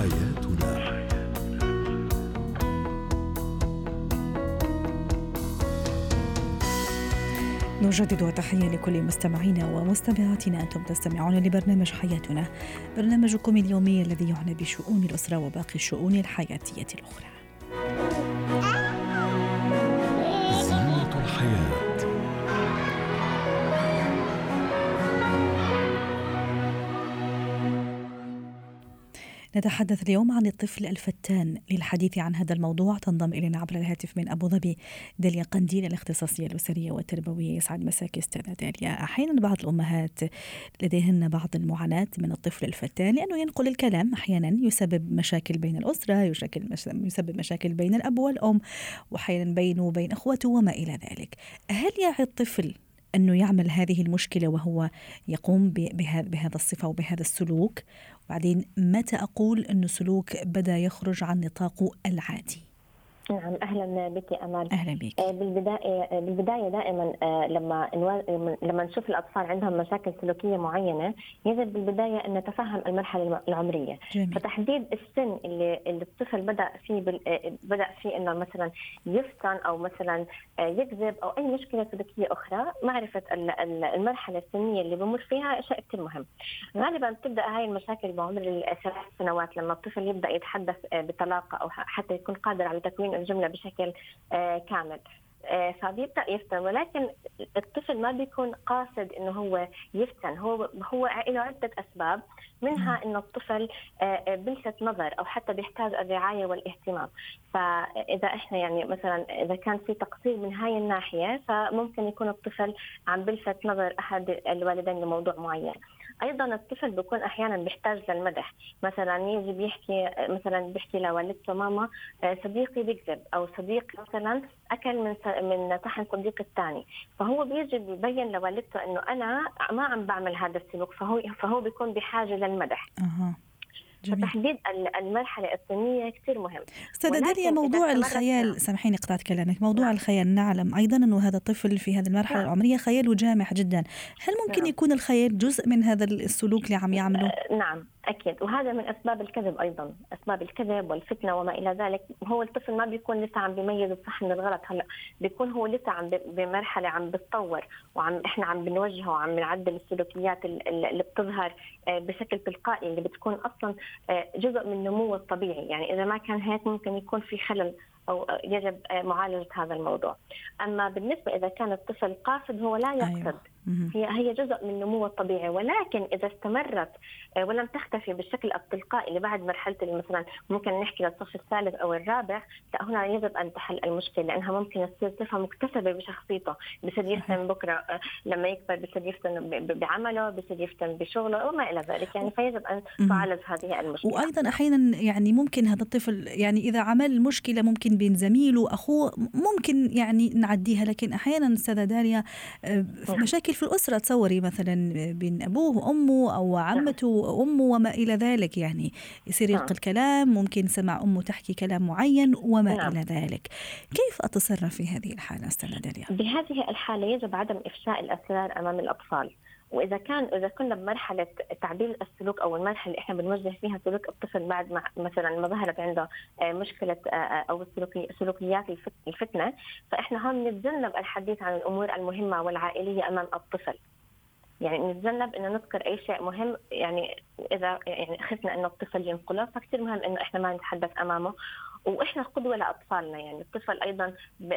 حياتنا. نجدد تحية لكل مستمعينا ومستمعاتنا. أنتم تستمعون لبرنامج حياتنا، برنامجكم اليومي الذي يعنى بشؤون الأسرة وباقي الشؤون الحياتية الأخرى. زينة الحياة. نتحدث اليوم عن الطفل الفتان. للحديث عن هذا الموضوع تنضم إلينا عبر الهاتف من أبو ظبي داليا قنديل، الاختصاصية الأسرية والتربوية. يسعد مساك أستاذة داليا. أحيانا بعض الأمهات لديهن بعض المعاناة من الطفل الفتان، لأنه ينقل الكلام أحيانا يسبب مشاكل بين الأسرة، يسبب مشاكل بين الأب والأم، وأحيانا بينه وبين أخوته وما إلى ذلك. هل يعي الطفل أنه يعمل هذه المشكلة وهو يقوم بهذا الصفة وبهذا السلوك؟ وبعدين متى أقول أنه سلوك بدأ يخرج عن نطاقه العادي؟ نعم، أهلا بك أمال. أهلا بك. بالبداية دائما لما نشوف الأطفال عندهم مشاكل سلوكية معينة، يجب بالبداية أن نتفهم المرحلة العمرية. جميل. فتحديد السن اللي الطفل بدأ فيه إنه مثلا يفتن أو مثلا يكذب أو أي مشكلة سلوكية أخرى، معرفة المرحلة السنية اللي بمر فيها شيء كثير مهم. غالبا تبدأ هاي المشاكل بعمر 3 سنوات، لما الطفل يبدأ يتحدث بطلاقة أو حتى يكون قادر على تكوين الجملة بشكل كامل، فبيبدأ يفتن. ولكن الطفل ما بيكون قاصد إنه هو يفتن، هو له عدة أسباب، منها إنه الطفل بلفت نظر أو حتى بيحتاج الرعاية والاهتمام. فإذا إحنا يعني مثلا إذا كان في تقصير من هاي الناحية، فممكن يكون الطفل عم بلفت نظر أحد الوالدين لموضوع معين. أيضا الطفل بيكون أحيانا بيحتاج للمدح، مثلا يجي بيحكي لوالدته ماما صديقي بيكذب، أو صديقي مثلا أكل من صحن صديق الثاني، فهو بيجي بيبين لوالدته إنه أنا ما عم بعمل هذا السلوك، فهو بيكون بحاجة للمدح. فتحديد المرحلة السنية كتير مهم. أستاذة داليا، موضوع الخيال، سامحيني قطعت كلامك، موضوع الخيال، نعلم أيضا أنه هذا الطفل في هذه المرحلة العمرية خياله جامح جدا. هل ممكن يكون الخيال جزء من هذا السلوك اللي عم يعمله؟ نعم أكيد، وهذا من أسباب الكذب أيضا، أسباب الكذب والفتنة وما إلى ذلك. هو الطفل ما بيكون لسه عم بيميز الصح من الغلط، هلا بيكون هو لسه عم بمرحلة عم بتطور، إحنا عم بنوجهه وعم بنعدل السلوكيات اللي بتظهر بشكل تلقائي، اللي بتكون أصلا جزء من نموه الطبيعي. يعني إذا ما كان هيك ممكن يكون في خلل أو يجب معالجة هذا الموضوع. أما بالنسبة إذا كان الطفل قاصد، هو لا يقصد. هي جزء من نموه الطبيعي، ولكن إذا استمرت ولم تختفي بالشكل التلقائي اللي بعد مرحلة مثلا ممكن نحكي للصف الثالث أو الرابع، لا هنا يجب أن تحل المشكلة، لأنها ممكن تصير صفة مكتسبة بشخصيته، بصير يفتن بكرة لما يكبر، بصير يفتن بعمله، بصير يفتن بشغله وما إلى ذلك. يعني فيجب أن تعالج هذه المشكلة. وأيضا أحيانا يعني ممكن هذا الطفل يعني إذا عمل مشكلة ممكن بين زميله أخوه ممكن يعني نعديها، لكن أحيانا أستاذة داليا مشاكل في الأسرة، تصوري مثلا بين أبوه وأمه أو عمته وأمه وما إلى ذلك، يعني يصير يلقي الكلام، ممكن سمع أمه تحكي كلام معين وما إلى ذلك. كيف أتصرف في هذه الحالة أستاذة داليا؟ بهذه الحالة يجب عدم إفشاء الأسرار أمام الأطفال. وإذا كنا بمرحلة تعديل السلوك أو المرحلة اللي إحنا بنوجه فيها سلوك الطفل بعد مثلا ما ظهرت عنده مشكلة أو سلوكيات الفتنة، فإحنا هم نتجنب الحديث عن الأمور المهمة والعائلية أمام الطفل. يعني نتجنب إنه نذكر أي شيء مهم، يعني إذا يعني خفنا إنه الطفل ينقله، فكتير مهم إنه إحنا ما نتحدث أمامه. وإحنا قدوة لأطفالنا، يعني الطفل أيضا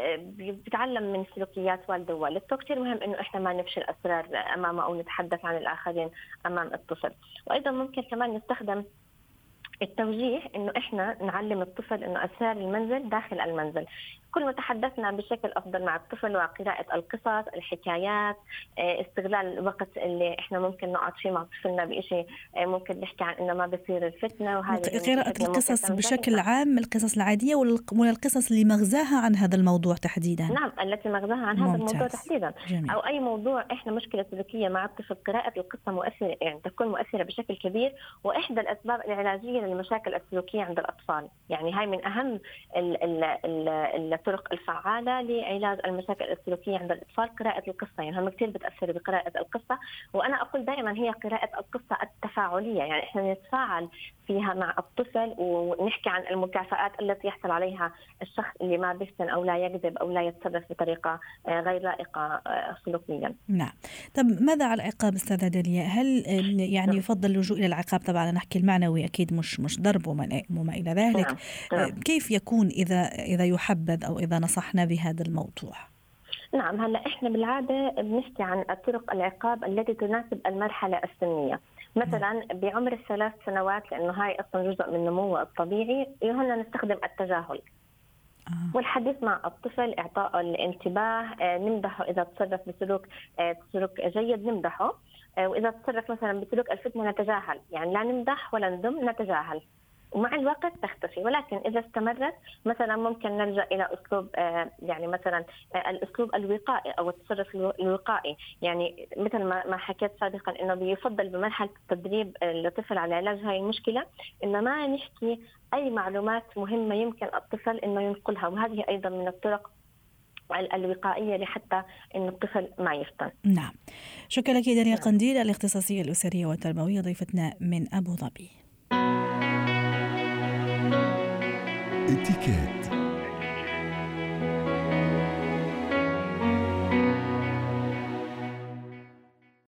بيتعلم من سلوكيات والده ووالدته، كتير مهم إنه إحنا ما نفشي الأسرار أمامه أو نتحدث عن الآخرين أمام الطفل. وأيضا ممكن كمان نستخدم التوجيه، إنه إحنا نعلم الطفل إنه أسرار المنزل داخل المنزل. كل ما تحدثنا بشكل أفضل مع الطفل، وقراءة القصص، الحكايات، استغلال الوقت اللي إحنا ممكن نقعد فيه مع طفلنا بإشي ممكن نحكي عن إنه ما بصير الفتنة. وهذه قراءة القصص بشكل عام، القصص العادية ولا القصص اللي مغزاها عن هذا الموضوع تحديدا؟ نعم، التي مغزاها عن هذا الموضوع تحديدا. جميل. أو أي موضوع إحنا مشكلة سلوكية مع الطفل، قراءة القصة مؤثرة، يعني تكون مؤثرة بشكل كبير، وإحدى الأسباب العلاجية للمشاكل السلوكية عند الأطفال. يعني هاي من أهم الطرق الفعالة لعلاج المشاكل السلوكية عند الأطفال قراءة القصة. يعني هم كثير بتأثر بقراءة القصة، وأنا أقول دائما هي قراءة القصة التفاعلية، يعني إحنا نتفاعل فيها مع الطفل ونحكي عن المكافآت التي يحصل عليها الشخص اللي ما بيفتن أو لا يكذب أو لا يتصرف بطريقة غير لائقة سلوكيا. نعم. طب ماذا على العقاب أستاذة داليا؟ هل يعني يفضل اللجوء إلى العقاب؟ طبعا نحكي المعنوي أكيد، مش ضرب وما إلى ذلك. كيف يكون إذا يحبذ أو إذا نصحنا بهذا الموضوع؟ نعم، هلا احنا بالعاده بنحكي عن طرق العقاب التي تناسب المرحله السنيه. مثلا بعمر 3 سنوات، لانه هاي اصلا جزء من نموه الطبيعي، هنا نستخدم التجاهل والحديث مع الطفل، اعطائه الانتباه، نمدحه اذا تصرف بسلوك جيد نمدحه، واذا تصرف مثلا بسلوك الفتنه نتجاهل، يعني لا نمدح ولا نذم، نتجاهل، ومع الوقت تختفي. ولكن إذا استمرت مثلا ممكن نلجأ إلى أسلوب يعني مثلا الأسلوب الوقائي أو التصرف الوقائي. يعني مثل ما حكيت سابقا إنه بيفضل بمرحلة التدريب للطفل على علاج هاي المشكلة إنه ما نحكي أي معلومات مهمة يمكن الطفل إنه ينقلها، وهذه أيضا من الطرق الوقائية لحتى إن الطفل ما يفتن. نعم، شكرا لك داليا قنديل، الاختصاصية الأسرية والتربوية، ضيفتنا من أبو ظبي. اتكات